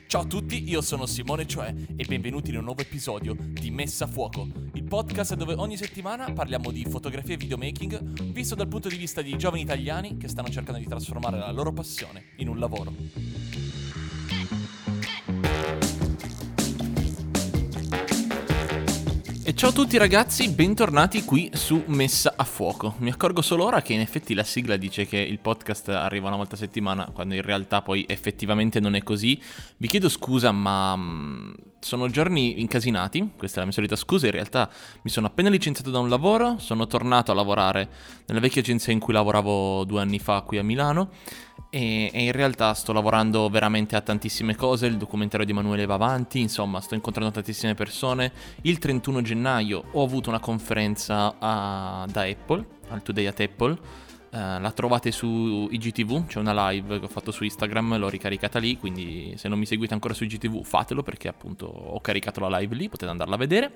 Ciao a tutti, io sono Simone Cioè e benvenuti in un nuovo episodio di Messa a Fuoco, il podcast dove ogni settimana parliamo di fotografia e videomaking visto dal punto di vista di giovani italiani che stanno cercando di trasformare la loro passione in un lavoro. E ciao a tutti ragazzi, bentornati qui su Messa a Fuoco. Mi accorgo solo ora che in effetti la sigla dice che il podcast arriva una volta a settimana, quando in realtà poi effettivamente non è così. Vi chiedo scusa, ma sono giorni incasinati, questa è la mia solita scusa. In realtà mi sono appena licenziato da un lavoro, sono tornato a lavorare nella vecchia agenzia in cui lavoravo 2 anni fa qui a Milano. E in realtà sto lavorando veramente a tantissime cose, il documentario di Emanuele va avanti, insomma sto incontrando tantissime persone. Il 31 gennaio ho avuto una conferenza da Apple, al Today at Apple, la trovate su IGTV, c'è una live che ho fatto su Instagram, l'ho ricaricata lì, quindi se non mi seguite ancora su IGTV fatelo perché appunto ho caricato la live lì, potete andarla a vedere.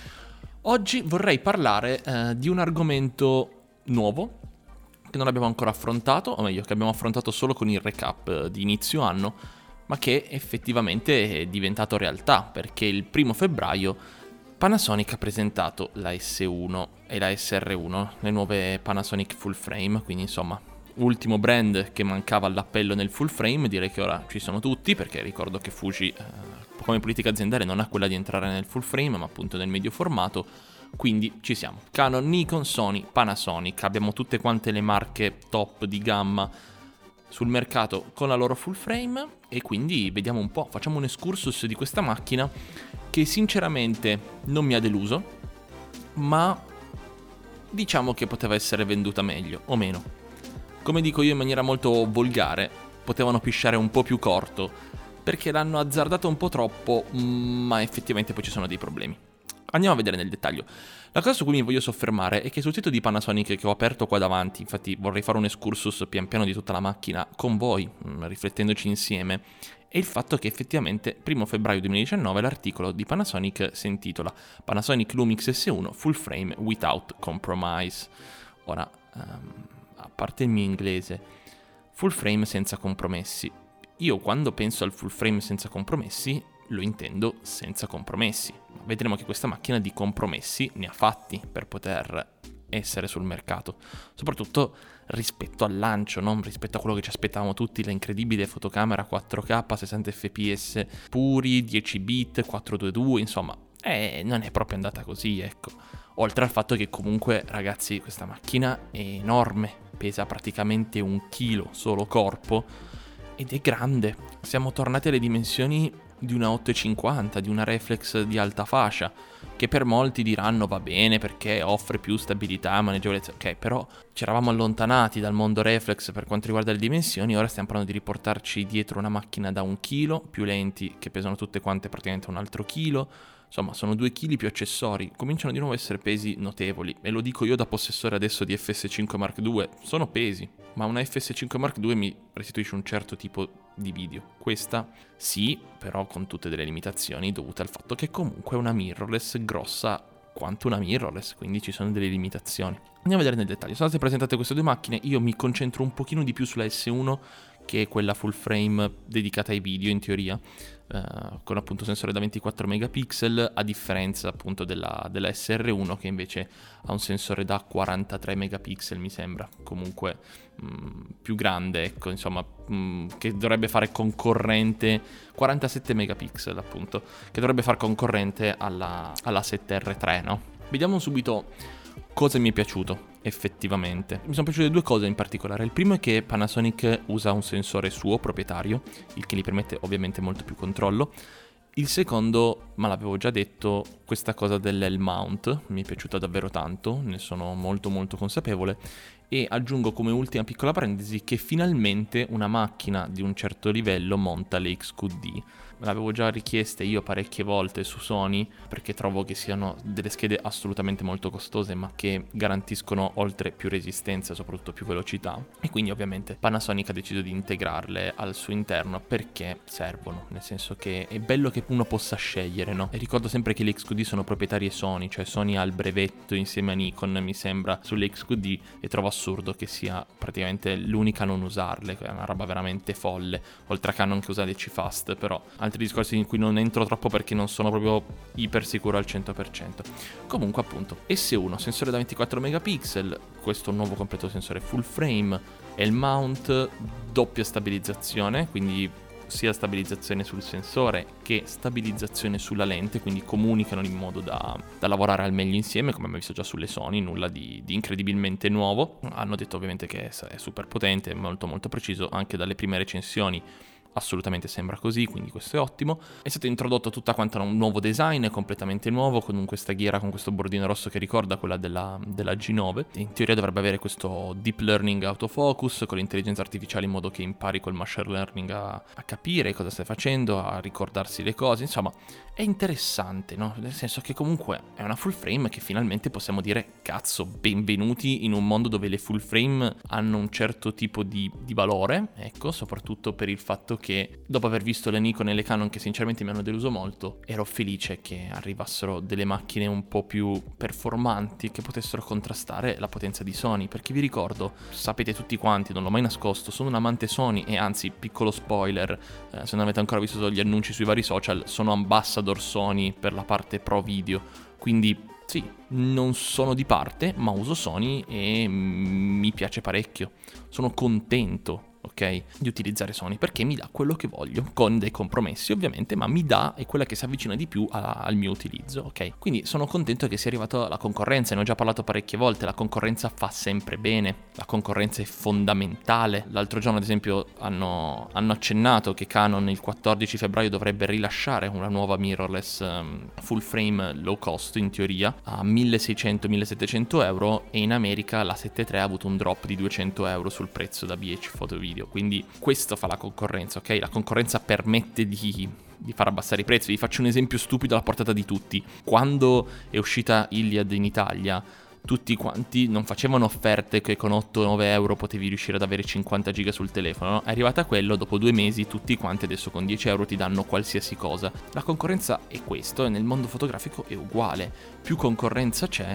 Oggi vorrei parlare di un argomento nuovo, che non abbiamo ancora affrontato, o meglio che abbiamo affrontato solo con il recap di inizio anno, ma che effettivamente è diventato realtà, perché il 1 febbraio Panasonic ha presentato la S1 e la SR1, le nuove Panasonic full frame, quindi insomma ultimo brand che mancava all'appello nel full frame. Direi che ora ci sono tutti, perché ricordo che Fuji come politica aziendale non ha quella di entrare nel full frame, ma appunto nel medio formato. Quindi ci siamo, Canon, Nikon, Sony, Panasonic, abbiamo tutte quante le marche top di gamma sul mercato con la loro full frame e quindi vediamo un po', facciamo un excursus di questa macchina che sinceramente non mi ha deluso, ma diciamo che poteva essere venduta meglio, o meno. Come dico io in maniera molto volgare, potevano pisciare un po' più corto, perché l'hanno azzardato un po' troppo, ma effettivamente poi ci sono dei problemi. Andiamo a vedere nel dettaglio. La cosa su cui mi voglio soffermare è che sul sito di Panasonic che ho aperto qua davanti, infatti vorrei fare un excursus pian piano di tutta la macchina con voi, riflettendoci insieme, è il fatto che effettivamente 1 febbraio 2019 l'articolo di Panasonic si intitola Panasonic Lumix S1 Full Frame Without Compromise. Ora, a parte il mio inglese, full frame senza compromessi. Io quando penso al full frame senza compromessi lo intendo senza compromessi. Vedremo che questa macchina di compromessi ne ha fatti per poter essere sul mercato, soprattutto rispetto al lancio, no? Rispetto a quello che ci aspettavamo tutti, la incredibile fotocamera 4K, 60 fps puri, 10 bit, 422, insomma, non è proprio andata così, ecco. Oltre al fatto che comunque, ragazzi, questa macchina è enorme, pesa praticamente 1 chilo solo corpo ed è grande. Siamo tornati alle dimensioni di una 850, di una reflex di alta fascia, che per molti diranno va bene perché offre più stabilità, maneggevolezza, ok, però ci eravamo allontanati dal mondo reflex per quanto riguarda le dimensioni, ora stiamo parlando di riportarci dietro una macchina da 1 chilo, più lenti che pesano tutte quante praticamente un altro chilo, insomma sono 2 chili più accessori, cominciano di nuovo a essere pesi notevoli, e lo dico io da possessore adesso di FS5 Mark II, sono pesi, ma una FS5 Mark II mi restituisce un certo tipo di video. Questa sì, però con tutte delle limitazioni dovute al fatto che comunque è una mirrorless grossa quanto una mirrorless, quindi ci sono delle limitazioni. Andiamo a vedere nel dettaglio. Sono state presentate queste 2 macchine, io mi concentro un pochino di più sulla S1, che è quella full frame dedicata ai video in teoria, con appunto sensore da 24 megapixel, a differenza appunto della SR1 che invece ha un sensore da 43 megapixel mi sembra, comunque più grande, ecco, insomma, che dovrebbe fare concorrente, 47 megapixel appunto, che dovrebbe fare concorrente alla 7R3, no? Vediamo subito cosa mi è piaciuto effettivamente. Mi sono piaciute 2 cose in particolare. Il primo è che Panasonic usa un sensore suo proprietario, il che gli permette ovviamente molto più controllo. Il secondo, ma l'avevo già detto, questa cosa dell'L mount mi è piaciuta davvero tanto, ne sono molto molto consapevole. E aggiungo come ultima piccola parentesi che finalmente una macchina di un certo livello monta le XQD. Me l'avevo già richieste io parecchie volte su Sony, perché trovo che siano delle schede assolutamente molto costose, ma che garantiscono oltre più resistenza, soprattutto più velocità. E quindi ovviamente Panasonic ha deciso di integrarle al suo interno perché servono, nel senso che è bello che uno possa scegliere, no? E ricordo sempre che le XQD XQD sono proprietarie Sony, cioè Sony ha il brevetto insieme a Nikon, mi sembra, sulle XQD, e trovo assurdo che sia praticamente l'unica a non usarle, è una roba veramente folle, oltre a Canon che usa le C-Fast, però altri discorsi in cui non entro troppo perché non sono proprio iper sicuro al 100%. Comunque appunto, S1, sensore da 24 megapixel, questo nuovo completo sensore full frame, e il mount doppia stabilizzazione, quindi sia stabilizzazione sul sensore che stabilizzazione sulla lente, quindi comunicano in modo da lavorare al meglio insieme, come abbiamo visto già sulle Sony, nulla di incredibilmente nuovo. Hanno detto ovviamente che è super potente, molto molto preciso, anche dalle prime recensioni assolutamente sembra così, quindi questo è ottimo. È stato introdotto tutta quanta un nuovo design, completamente nuovo, con questa ghiera con questo bordino rosso che ricorda quella della G9. In teoria dovrebbe avere questo deep learning autofocus con l'intelligenza artificiale, in modo che impari col machine learning a capire cosa stai facendo, a ricordarsi le cose. Insomma, è interessante, no? Nel senso che comunque è una full frame che finalmente possiamo dire, cazzo, benvenuti in un mondo dove le full frame hanno un certo tipo di valore, ecco, soprattutto per il fatto che dopo aver visto le Nikon e le Canon, che sinceramente mi hanno deluso molto, ero felice che arrivassero delle macchine un po' più performanti che potessero contrastare la potenza di Sony, perché vi ricordo, sapete tutti quanti, non l'ho mai nascosto, sono un amante Sony e anzi, piccolo spoiler, se non avete ancora visto gli annunci sui vari social, sono ambassador Sony per la parte pro video, quindi sì, non sono di parte, ma uso Sony e mi piace parecchio, sono contento, ok, di utilizzare Sony perché mi dà quello che voglio, con dei compromessi ovviamente, ma mi dà, è quella che si avvicina di più al mio utilizzo, ok? Quindi sono contento che sia arrivata la concorrenza, ne ho già parlato parecchie volte, la concorrenza fa sempre bene, la concorrenza è fondamentale. L'altro giorno ad esempio hanno accennato che Canon il 14 febbraio dovrebbe rilasciare una nuova mirrorless full frame low cost in teoria a 1600-1700 euro, e in America la 7 III ha avuto un drop di 200 euro sul prezzo da BH Photo Video. Quindi questo fa la concorrenza, ok? La concorrenza permette di far abbassare i prezzi. Vi faccio un esempio stupido alla portata di tutti. Quando è uscita Iliad in Italia, tutti quanti non facevano offerte che con 8-9 euro potevi riuscire ad avere 50 giga sul telefono, no? È arrivata quello, dopo 2 mesi tutti quanti adesso con 10 euro ti danno qualsiasi cosa. La concorrenza è questo, e nel mondo fotografico è uguale. Più concorrenza c'è,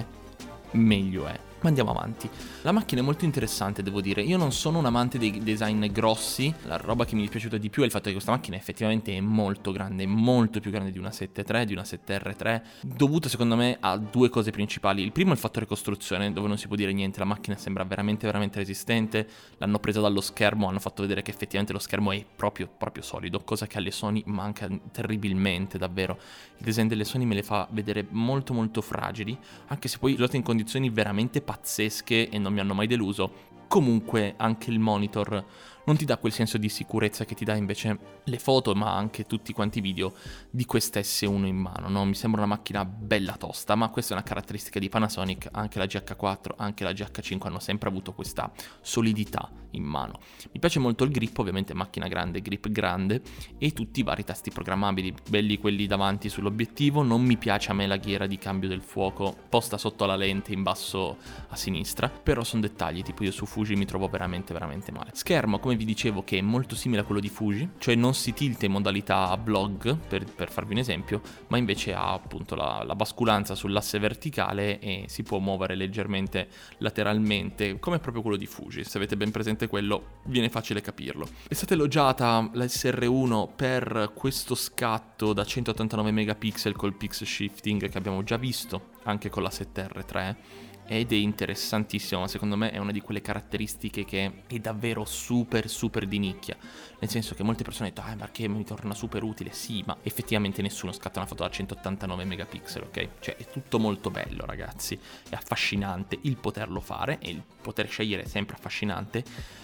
meglio è. Ma andiamo avanti. La macchina è molto interessante, devo dire. Io non sono un amante dei design grossi. La roba che mi è piaciuta di più è il fatto che questa macchina effettivamente è molto grande, molto più grande di una 7 III, di una 7R3, dovuto secondo me a due cose principali. Il primo è il fattore costruzione, dove non si può dire niente, la macchina sembra veramente veramente resistente. L'hanno presa dallo schermo, hanno fatto vedere che effettivamente lo schermo è proprio solido, cosa che alle Sony manca terribilmente, davvero. Il design delle Sony me le fa vedere molto molto fragili, anche se poi usate in condizioni veramente pazzesche e non mi hanno mai deluso. Comunque anche il monitor non ti dà quel senso di sicurezza che ti dà invece le foto, ma anche tutti quanti i video di questa S1 in mano, no? Mi sembra una macchina bella tosta, ma questa è una caratteristica di Panasonic. Anche la GH4, anche la GH5 hanno sempre avuto questa solidità in mano. Mi piace molto il grip, ovviamente macchina grande, grip grande, e tutti i vari tasti programmabili, belli quelli davanti sull'obiettivo. Non mi piace a me la ghiera di cambio del fuoco posta sotto la lente in basso a sinistra, però sono dettagli, tipo io su Fuji mi trovo veramente veramente male. Schermo, come vi dicevo, che è molto simile a quello di Fuji, cioè non si tilta in modalità vlog, per farvi un esempio, ma invece ha appunto la basculanza sull'asse verticale e si può muovere leggermente lateralmente, come proprio quello di Fuji. Se avete ben presente quello, viene facile capirlo. È stata elogiata la SR1 per questo scatto da 189 megapixel col pixel shifting che abbiamo già visto anche con la 7R3, ed è interessantissimo, ma secondo me è una di quelle caratteristiche che è davvero super super di nicchia, nel senso che molte persone hanno detto perché mi torna super utile. Sì, ma effettivamente nessuno scatta una foto da 189 megapixel, ok? Cioè è tutto molto bello, ragazzi, è affascinante il poterlo fare, e il poter scegliere è sempre affascinante,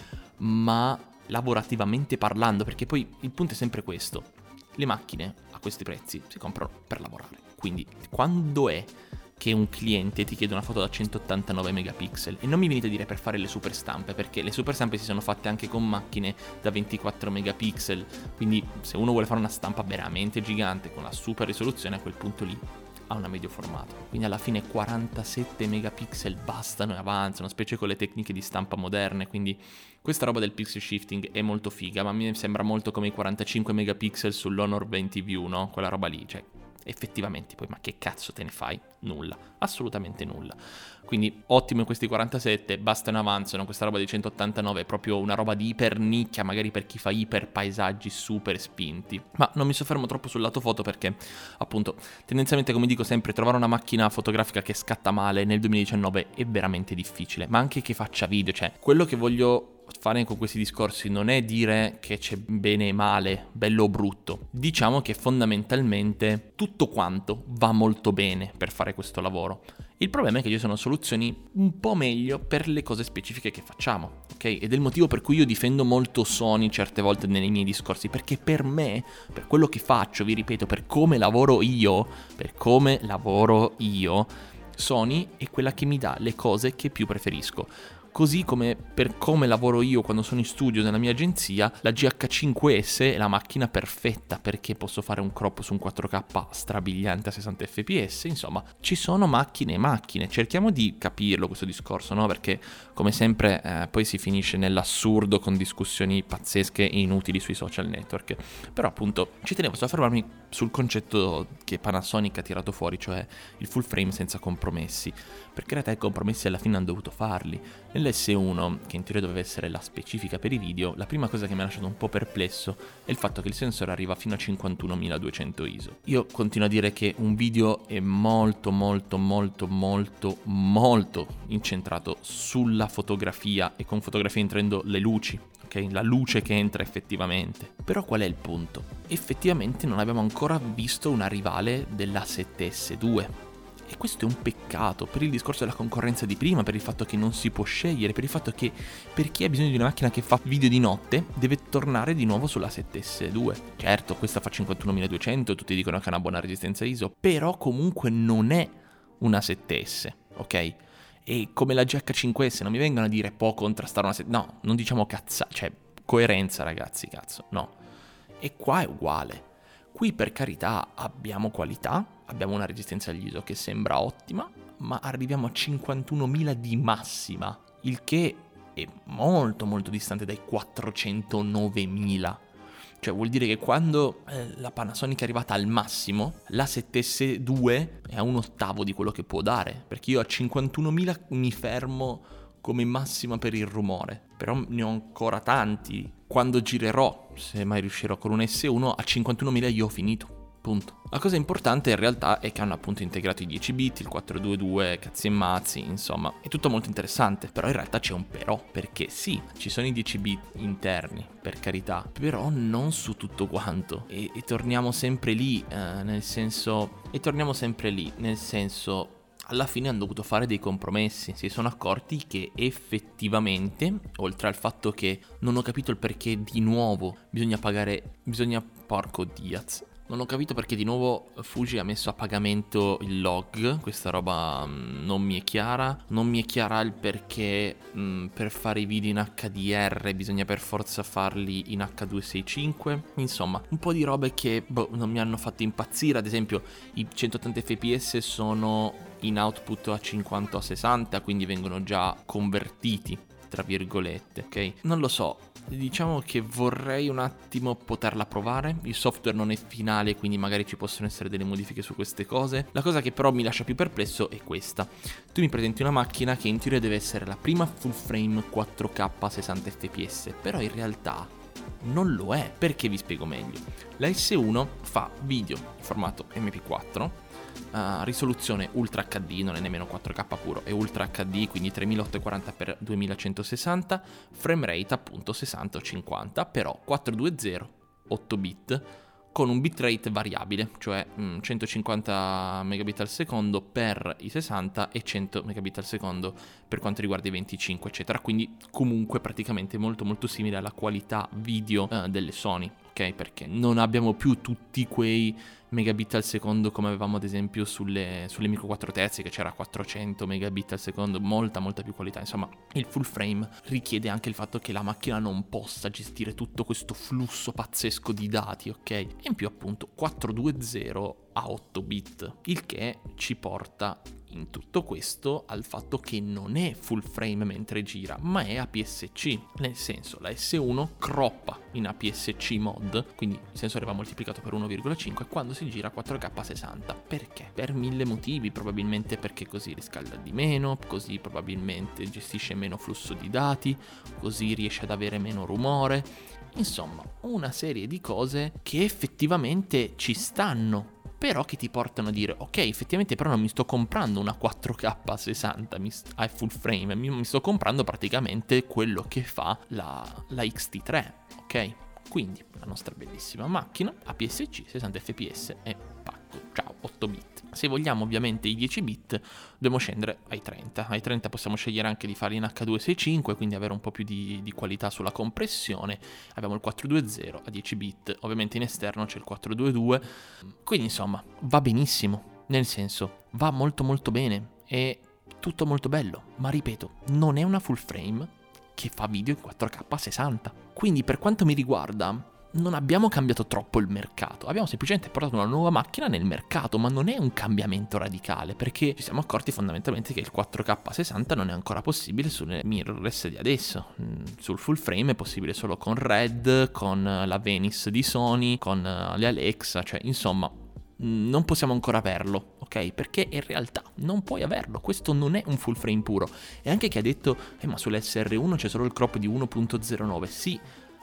ma lavorativamente parlando, perché poi il punto è sempre questo: le macchine a questi prezzi si comprano per lavorare, quindi quando è che un cliente ti chiede una foto da 189 megapixel, e non mi venite a dire per fare le super stampe, perché le super stampe si sono fatte anche con macchine da 24 megapixel, quindi se uno vuole fare una stampa veramente gigante con la super risoluzione, a quel punto lì ha una medio formato, quindi alla fine 47 megapixel bastano e avanzano, specie con le tecniche di stampa moderne. Quindi questa roba del pixel shifting è molto figa, ma mi sembra molto come i 45 megapixel sull'Honor 20 View, no? Quella roba lì, cioè Effettivamente poi, ma che cazzo te ne fai? Nulla, assolutamente nulla. Quindi ottimo in questi 47, bastano e avanzano. Questa roba di 189 è proprio una roba di iper nicchia, magari per chi fa iper paesaggi super spinti. Ma non mi soffermo troppo sul lato foto perché, appunto, tendenzialmente, come dico sempre, trovare una macchina fotografica che scatta male nel 2019 è veramente difficile, ma anche che faccia video, cioè quello che voglio fare con questi discorsi non è dire che c'è bene e male, bello o brutto. Diciamo che fondamentalmente tutto quanto va molto bene per fare questo lavoro. Il problema è che ci sono soluzioni un po' meglio per le cose specifiche che facciamo, ok? Ed è il motivo per cui io difendo molto Sony certe volte nei miei discorsi, perché per me, per quello che faccio, vi ripeto, per come lavoro io, Sony è quella che mi dà le cose che più preferisco. Così come per come lavoro io quando sono in studio nella mia agenzia, la GH5S è la macchina perfetta perché posso fare un crop su un 4K strabiliante a 60 fps, insomma, ci sono macchine e macchine, cerchiamo di capirlo questo discorso, no? Perché come sempre poi si finisce nell'assurdo con discussioni pazzesche e inutili sui social network, però appunto ci tenevo a soffermarmi sul concetto che Panasonic ha tirato fuori, cioè il full frame senza compromessi, perché in realtà i compromessi alla fine hanno dovuto farli. Nell'S1, che in teoria doveva essere la specifica per i video, la prima cosa che mi ha lasciato un po' perplesso è il fatto che il sensore arriva fino a 51.200 ISO. Io continuo a dire che un video è molto incentrato sulla fotografia, e con fotografia intendo le luci, ok? La luce che entra effettivamente. Però qual è il punto? Effettivamente non abbiamo ancora visto una rivale della 7S2. E questo è un peccato per il discorso della concorrenza di prima, per il fatto che non si può scegliere, per il fatto che per chi ha bisogno di una macchina che fa video di notte deve tornare di nuovo sulla 7S2. Certo, questa fa 51.200, tutti dicono che ha una buona resistenza ISO, però comunque non è una 7S, ok? E come la GH5S non mi vengono a dire può contrastare una 7S, no, non diciamo cioè coerenza ragazzi, cazzo, no. E qua è uguale. Qui per carità abbiamo qualità, abbiamo una resistenza agli ISO che sembra ottima, ma arriviamo a 51.000 di massima, il che è molto distante dai 409.000. Cioè vuol dire che quando la Panasonic è arrivata al massimo, la 7S2 è a un ottavo di quello che può dare, perché io a 51.000 mi fermo come massima per il rumore, però ne ho ancora tanti. Quando girerò, se mai riuscirò con un S1, a 51.000 io ho finito, punto. La cosa importante in realtà è che hanno appunto integrato i 10 bit, il 422, cazzi e mazzi, insomma, è tutto molto interessante, però in realtà c'è un però, perché sì, ci sono i 10 bit interni, per carità, però non su tutto quanto, e torniamo sempre lì, nel senso, alla fine hanno dovuto fare dei compromessi, si sono accorti che effettivamente, oltre al fatto che non ho capito il perché di nuovo porco Diaz, non ho capito perché di nuovo Fuji ha messo a pagamento il log, questa roba non mi è chiara, non mi è chiara il perché per fare i video in HDR bisogna per forza farli in H265, insomma un po' di robe che non mi hanno fatto impazzire, ad esempio i 180 fps sono in output a 50 o 60, quindi vengono già convertiti tra virgolette, ok? Non lo so, diciamo che vorrei un attimo poterla provare, il software non è finale quindi magari ci possono essere delle modifiche su queste cose. La cosa che però mi lascia più perplesso è questa: tu mi presenti una macchina che in teoria deve essere la prima full frame 4K a 60 fps, però in realtà non lo è, perché vi spiego meglio. La S1 fa video in formato MP4, risoluzione Ultra HD, non è nemmeno 4K puro, è Ultra HD, quindi 3840x2160, frame rate appunto 60 o 50, però 420, 8 bit, con un bitrate variabile, cioè 150 megabit al secondo per i 60 e 100 megabit al secondo per quanto riguarda i 25, eccetera. Quindi comunque praticamente molto simile alla qualità video delle Sony, ok? Perché non abbiamo più tutti quei megabit al secondo come avevamo ad esempio sulle micro 4 terzi, che c'era 400 megabit al secondo, molta più qualità. Insomma, il full frame richiede anche il fatto che la macchina non possa gestire tutto questo flusso pazzesco di dati, ok? E in più appunto 420 a 8 bit, il che ci porta in tutto questo al fatto che non è full frame mentre gira, ma è APS-C, nel senso la S1 croppa in APS-C mod, quindi il sensore va moltiplicato per 1,5 quando si gira a 4K 60. Perché? Per 1000 motivi, probabilmente perché così riscalda di meno, così probabilmente gestisce meno flusso di dati, così riesce ad avere meno rumore, insomma una serie di cose che effettivamente ci stanno, però che ti portano a dire ok, effettivamente però non mi sto comprando una 4K 60 a full frame, mi sto comprando praticamente quello che fa la XT3, ok? Quindi la nostra bellissima macchina APS-C 60 fps e pacco, ciao, 8 bit. Se vogliamo ovviamente i 10 bit dobbiamo scendere ai 30. Ai 30 possiamo scegliere anche di farli in H265, quindi avere un po' più di qualità sulla compressione. Abbiamo il 420 a 10 bit, ovviamente in esterno c'è il 422, quindi insomma va benissimo, nel senso va molto molto bene, è tutto molto bello, ma ripeto, non è una full frame che fa video in 4K 60. Quindi per quanto mi riguarda non abbiamo cambiato troppo il mercato, abbiamo semplicemente portato una nuova macchina nel mercato, ma non è un cambiamento radicale, perché ci siamo accorti fondamentalmente che il 4K 60 non è ancora possibile sulle mirrorless di adesso. Sul full frame è possibile solo con Red, con la Venice di Sony, con le Alexa, cioè insomma non possiamo ancora averlo, ok? Perché in realtà non puoi averlo, questo non è un full frame puro. E anche chi ha detto ma sull'SR1 c'è solo il crop di 1.09, sì,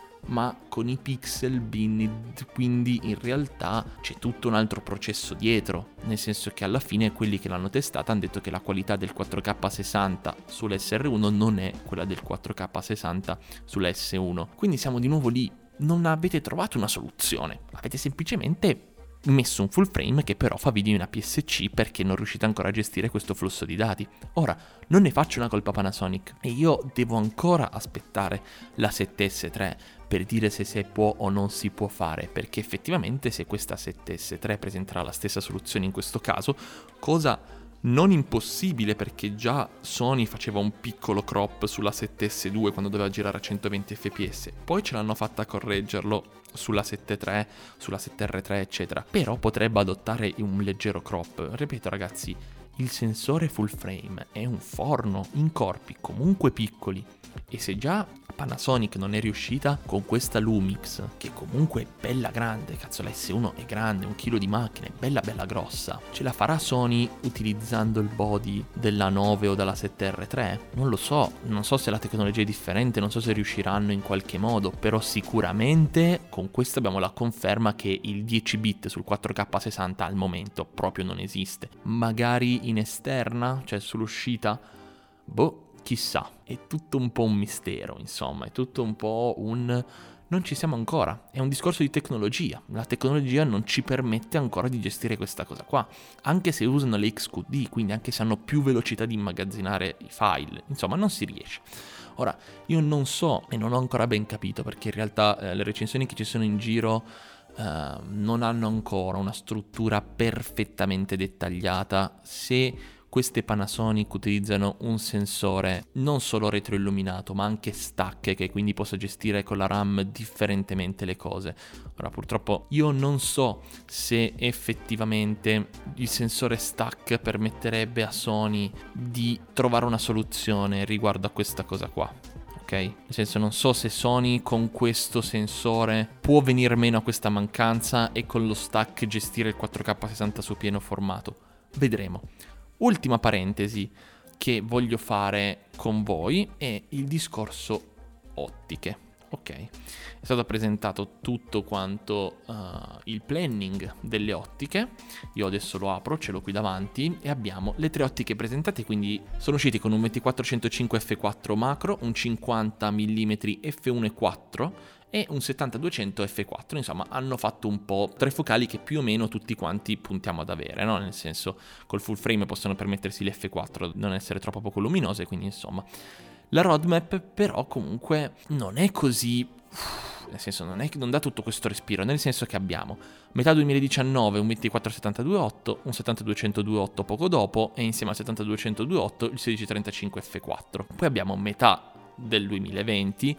ma con i pixel binned, quindi in realtà c'è tutto un altro processo dietro, nel senso che alla fine quelli che l'hanno testata hanno detto che la qualità del 4K 60 sull'SR1 non è quella del 4K 60 sulla S1, quindi siamo di nuovo lì, non avete trovato una soluzione, avete semplicemente messo un full frame che però fa video in APS-C perché non riuscite ancora a gestire questo flusso di dati. Ora, non ne faccio una colpa Panasonic e io devo ancora aspettare la 7S3 per dire se può o non si può fare, perché effettivamente se questa 7S3 presenterà la stessa soluzione in questo caso, cosa non impossibile perché già Sony faceva un piccolo crop sulla 7S2 quando doveva girare a 120 fps, poi ce l'hanno fatta correggerlo sulla 7.3, sulla 7R3 eccetera, però potrebbe adottare un leggero crop. Ripeto ragazzi, il sensore full frame è un forno in corpi comunque piccoli e se già Panasonic non è riuscita con questa Lumix, che comunque è bella grande, cazzo la S1 è grande, 1 chilo di macchina, è bella grossa, ce la farà Sony utilizzando il body della 9 o della 7R3? Non lo so, non so se la tecnologia è differente, non so se riusciranno in qualche modo, però sicuramente con questo abbiamo la conferma che il 10 bit sul 4K 60 al momento proprio non esiste. Magari in esterna, cioè sull'uscita, boh, chissà, è tutto un po' un mistero, insomma, è tutto un po' un... non ci siamo ancora, è un discorso di tecnologia, la tecnologia non ci permette ancora di gestire questa cosa qua, anche se usano le XQD, quindi anche se hanno più velocità di immagazzinare i file, insomma non si riesce. Ora, io non so e non ho ancora ben capito, perché in realtà le recensioni che ci sono in giro non hanno ancora una struttura perfettamente dettagliata, se queste Panasonic utilizzano un sensore non solo retroilluminato ma anche stack, che quindi possa gestire con la RAM differentemente le cose. Ora purtroppo io non so se effettivamente il sensore stack permetterebbe a Sony di trovare una soluzione riguardo a questa cosa qua. Nel senso, non so se Sony con questo sensore può venire meno a questa mancanza e con lo stack gestire il 4K 60 su pieno formato. Vedremo. Ultima parentesi che voglio fare con voi è il discorso ottiche. Ok, è stato presentato tutto quanto il planning delle ottiche. Io adesso lo apro, ce l'ho qui davanti e abbiamo le 3 ottiche presentate, quindi sono usciti con un 24-105 f4 macro, un 50 mm f1.4 e un 70-200 f4, insomma hanno fatto un po' 3 focali che più o meno tutti quanti puntiamo ad avere, no? Nel senso, col full frame possono permettersi l'F4 non essere troppo poco luminose, quindi insomma la roadmap però comunque non è così, nel senso non dà tutto questo respiro, nel senso che abbiamo metà 2019 un 24-70-2.8, un 70-200-2.8 poco dopo e insieme al 70-200-2.8 il 16-35 f4, poi abbiamo metà del 2020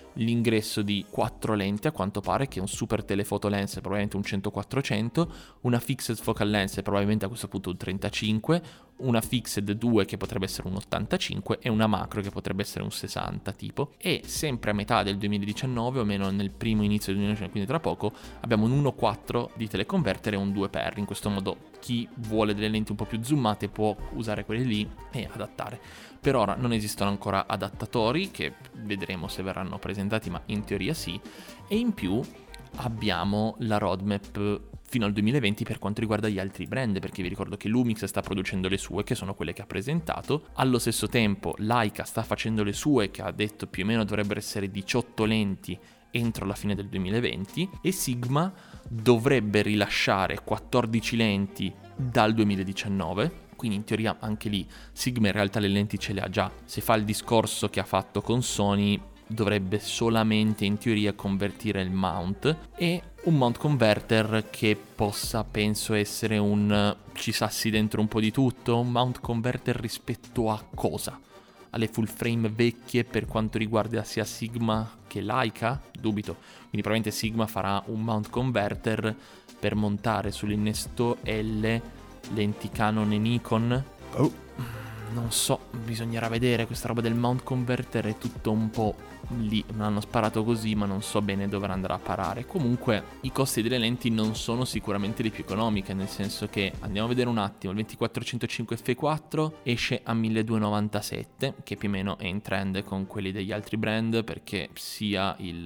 l'ingresso di 4 lenti a quanto pare, che è un super telefoto lens, probabilmente un 100-400, una fixed focal lens, probabilmente a questo punto un 35, una fixed 2 che potrebbe essere un 85 e una macro che potrebbe essere un 60 tipo. E sempre a metà del 2019, o meno nel primo inizio del 2019, quindi tra poco, abbiamo un 1.4 di teleconverter e un 2x. In questo modo chi vuole delle lenti un po' più zoomate può usare quelle lì e adattare. Per ora non esistono ancora adattatori, che vedremo se verranno presentati, ma in teoria sì. E in più abbiamo la roadmap fino al 2020 per quanto riguarda gli altri brand, perché vi ricordo che Lumix sta producendo le sue, che sono quelle che ha presentato. Allo stesso tempo Leica sta facendo le sue, che ha detto più o meno dovrebbero essere 18 lenti entro la fine del 2020, e Sigma dovrebbe rilasciare 14 lenti dal 2019. Quindi in teoria anche lì Sigma in realtà le lenti ce le ha già. Se fa il discorso che ha fatto con Sony, dovrebbe solamente in teoria convertire il mount, e un mount converter che possa, penso, essere un ci sassi dentro un po' di tutto. Un mount converter rispetto a cosa? Alle full frame vecchie per quanto riguarda sia Sigma che Leica? Dubito. Quindi probabilmente Sigma farà un mount converter per montare sull'innesto L lenti Canon e Nikon. Non so, bisognerà vedere. Questa roba del mount converter è tutto un po' lì, me l'hanno sparato così, ma non so bene dove andrà a parare. Comunque i costi delle lenti non sono sicuramente le più economiche, nel senso che, andiamo a vedere un attimo, il 2405 f4 esce a 1297, che più o meno è in trend con quelli degli altri brand, perché sia il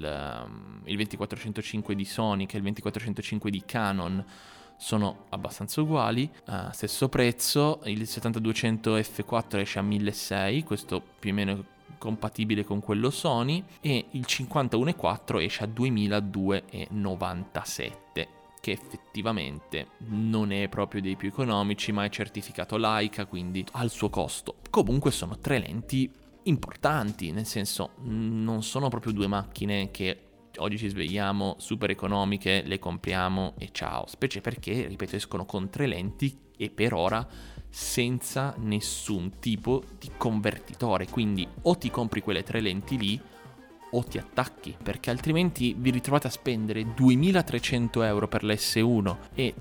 2405 di Sony che il 2405 di Canon sono abbastanza uguali, stesso prezzo. Il 7200 f4 esce a 1600, questo più o meno è compatibile con quello Sony, e il 51.4 esce a 2297, che effettivamente non è proprio dei più economici, ma è certificato Leica, quindi ha il suo costo. Comunque sono 3 lenti importanti, nel senso non sono proprio 2 macchine che oggi ci svegliamo super economiche, le compriamo e ciao, specie perché, ripeto, escono con 3 lenti e per ora senza nessun tipo di convertitore, quindi o ti compri quelle 3 lenti lì o ti attacchi, perché altrimenti vi ritrovate a spendere 2.300 euro per la S1 e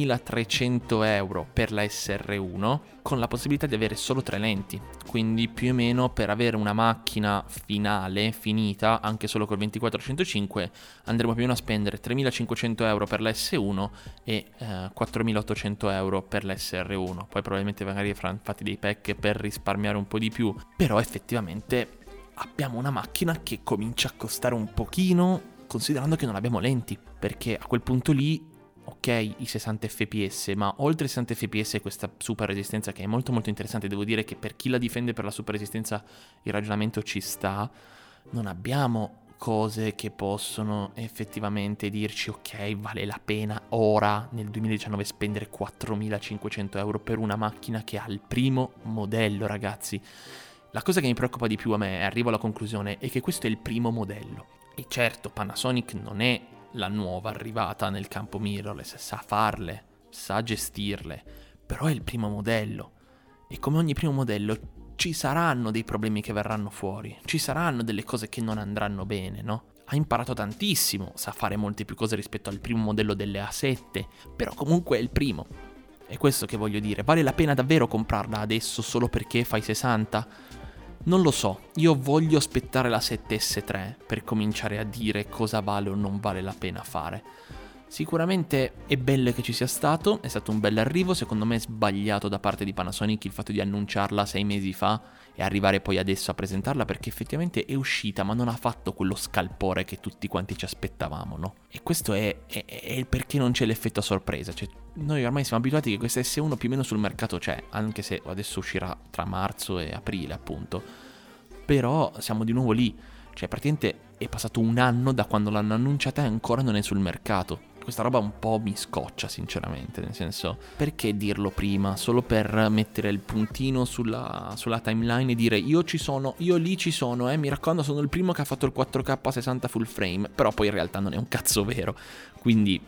3.300 euro per la SR1 con la possibilità di avere solo 3 lenti. Quindi più o meno per avere una macchina finita, anche solo col 2405, andremo più o meno a spendere 3.500 euro per la S1 e 4.800 euro per la SR1. Poi probabilmente magari faranno fatti dei pack per risparmiare un po' di più, però effettivamente abbiamo una macchina che comincia a costare un pochino, considerando che non abbiamo lenti, perché a quel punto lì, ok, i 60 fps, ma oltre i 60 fps questa super resistenza che è molto molto interessante. Devo dire che per chi la difende per la super resistenza il ragionamento ci sta. Non abbiamo cose che possono effettivamente dirci ok, vale la pena ora nel 2019 spendere 4.500 euro per una macchina che ha il primo modello, ragazzi. La cosa che mi preoccupa di più a me, e arrivo alla conclusione, è che questo è il primo modello. E certo, Panasonic non è la nuova arrivata nel campo mirrorless, sa farle, sa gestirle, però è il primo modello. E come ogni primo modello ci saranno dei problemi che verranno fuori, ci saranno delle cose che non andranno bene, no? Ha imparato tantissimo, sa fare molte più cose rispetto al primo modello delle A7, però comunque è il primo. È questo che voglio dire, vale la pena davvero comprarla adesso solo perché fai 60? Non lo so, io voglio aspettare la 7S3 per cominciare a dire cosa vale o non vale la pena fare. Sicuramente è bello che ci sia stato, è stato un bel arrivo, secondo me è sbagliato da parte di Panasonic il fatto di annunciarla 6 mesi fa e arrivare poi adesso a presentarla, perché effettivamente è uscita ma non ha fatto quello scalpore che tutti quanti ci aspettavamo, no? E questo è il perché non c'è l'effetto a sorpresa, cioè noi ormai siamo abituati che questa S1 più o meno sul mercato c'è, anche se adesso uscirà tra marzo e aprile appunto, però siamo di nuovo lì, cioè praticamente è passato un anno da quando l'hanno annunciata e ancora non è sul mercato. Questa roba un po' mi scoccia sinceramente, nel senso, perché dirlo prima? Solo per mettere il puntino sulla timeline e dire io ci sono, io lì ci sono, mi raccomando, sono il primo che ha fatto il 4K 60 full frame, però poi in realtà non è un cazzo vero. Quindi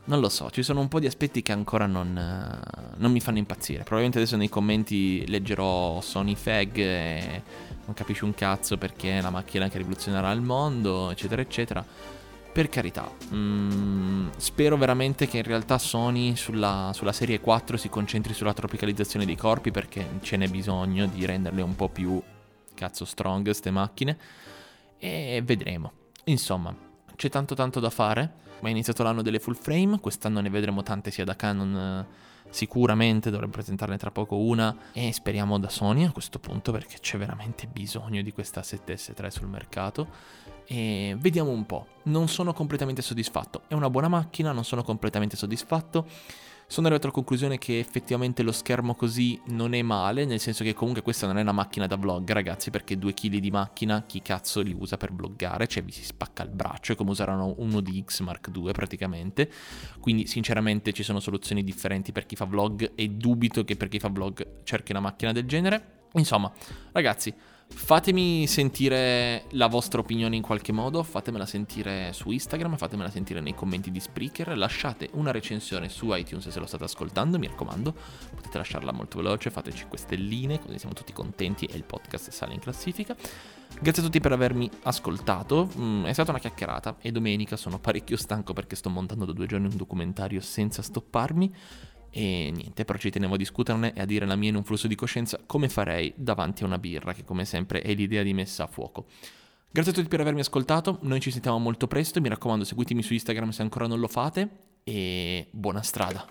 Non lo so, ci sono un po' di aspetti che ancora non mi fanno impazzire. Probabilmente adesso nei commenti leggerò Sony Fag e non capisci un cazzo perché è la macchina che rivoluzionerà il mondo, eccetera eccetera. Per carità, spero veramente che in realtà Sony sulla serie 4 si concentri sulla tropicalizzazione dei corpi, perché ce n'è bisogno di renderle un po' più cazzo strong ste macchine, e vedremo. Insomma, c'è tanto da fare. Ma è iniziato l'anno delle full frame, quest'anno ne vedremo tante sia da Canon, sicuramente dovrebbe presentarne tra poco una, e speriamo da Sony a questo punto, perché c'è veramente bisogno di questa 7S3 sul mercato. E vediamo un po', non sono completamente soddisfatto, è una buona macchina, non sono completamente soddisfatto. Sono arrivato alla conclusione che effettivamente lo schermo così non è male, nel senso che comunque questa non è una macchina da vlog, ragazzi, perché 2 kg di macchina chi cazzo li usa per vloggare? Cioè vi si spacca il braccio, è come usare uno DX Mark II praticamente. Quindi sinceramente ci sono soluzioni differenti per chi fa vlog e dubito che per chi fa vlog cerchi una macchina del genere. Insomma, ragazzi, fatemi sentire la vostra opinione in qualche modo, fatemela sentire su Instagram, fatemela sentire nei commenti di Spreaker, lasciate una recensione su iTunes se lo state ascoltando, mi raccomando, potete lasciarla molto veloce, fate 5 stelline, così siamo tutti contenti e il podcast sale in classifica. Grazie a tutti per avermi ascoltato, è stata una chiacchierata, è domenica, sono parecchio stanco perché sto montando da 2 giorni un documentario senza stopparmi. E niente, però ci tenevo a discuterne e a dire la mia in un flusso di coscienza, come farei davanti a una birra, che come sempre è l'idea di Messa a Fuoco. Grazie a tutti per avermi ascoltato, noi ci sentiamo molto presto, mi raccomando seguitemi su Instagram se ancora non lo fate, e buona strada.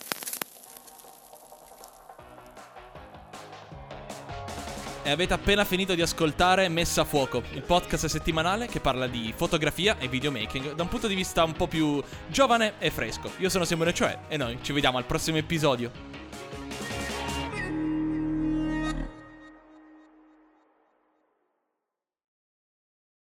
E avete appena finito di ascoltare Messa a Fuoco, il podcast settimanale che parla di fotografia e videomaking da un punto di vista un po' più giovane e fresco. Io sono Simone Cioè e noi ci vediamo al prossimo episodio.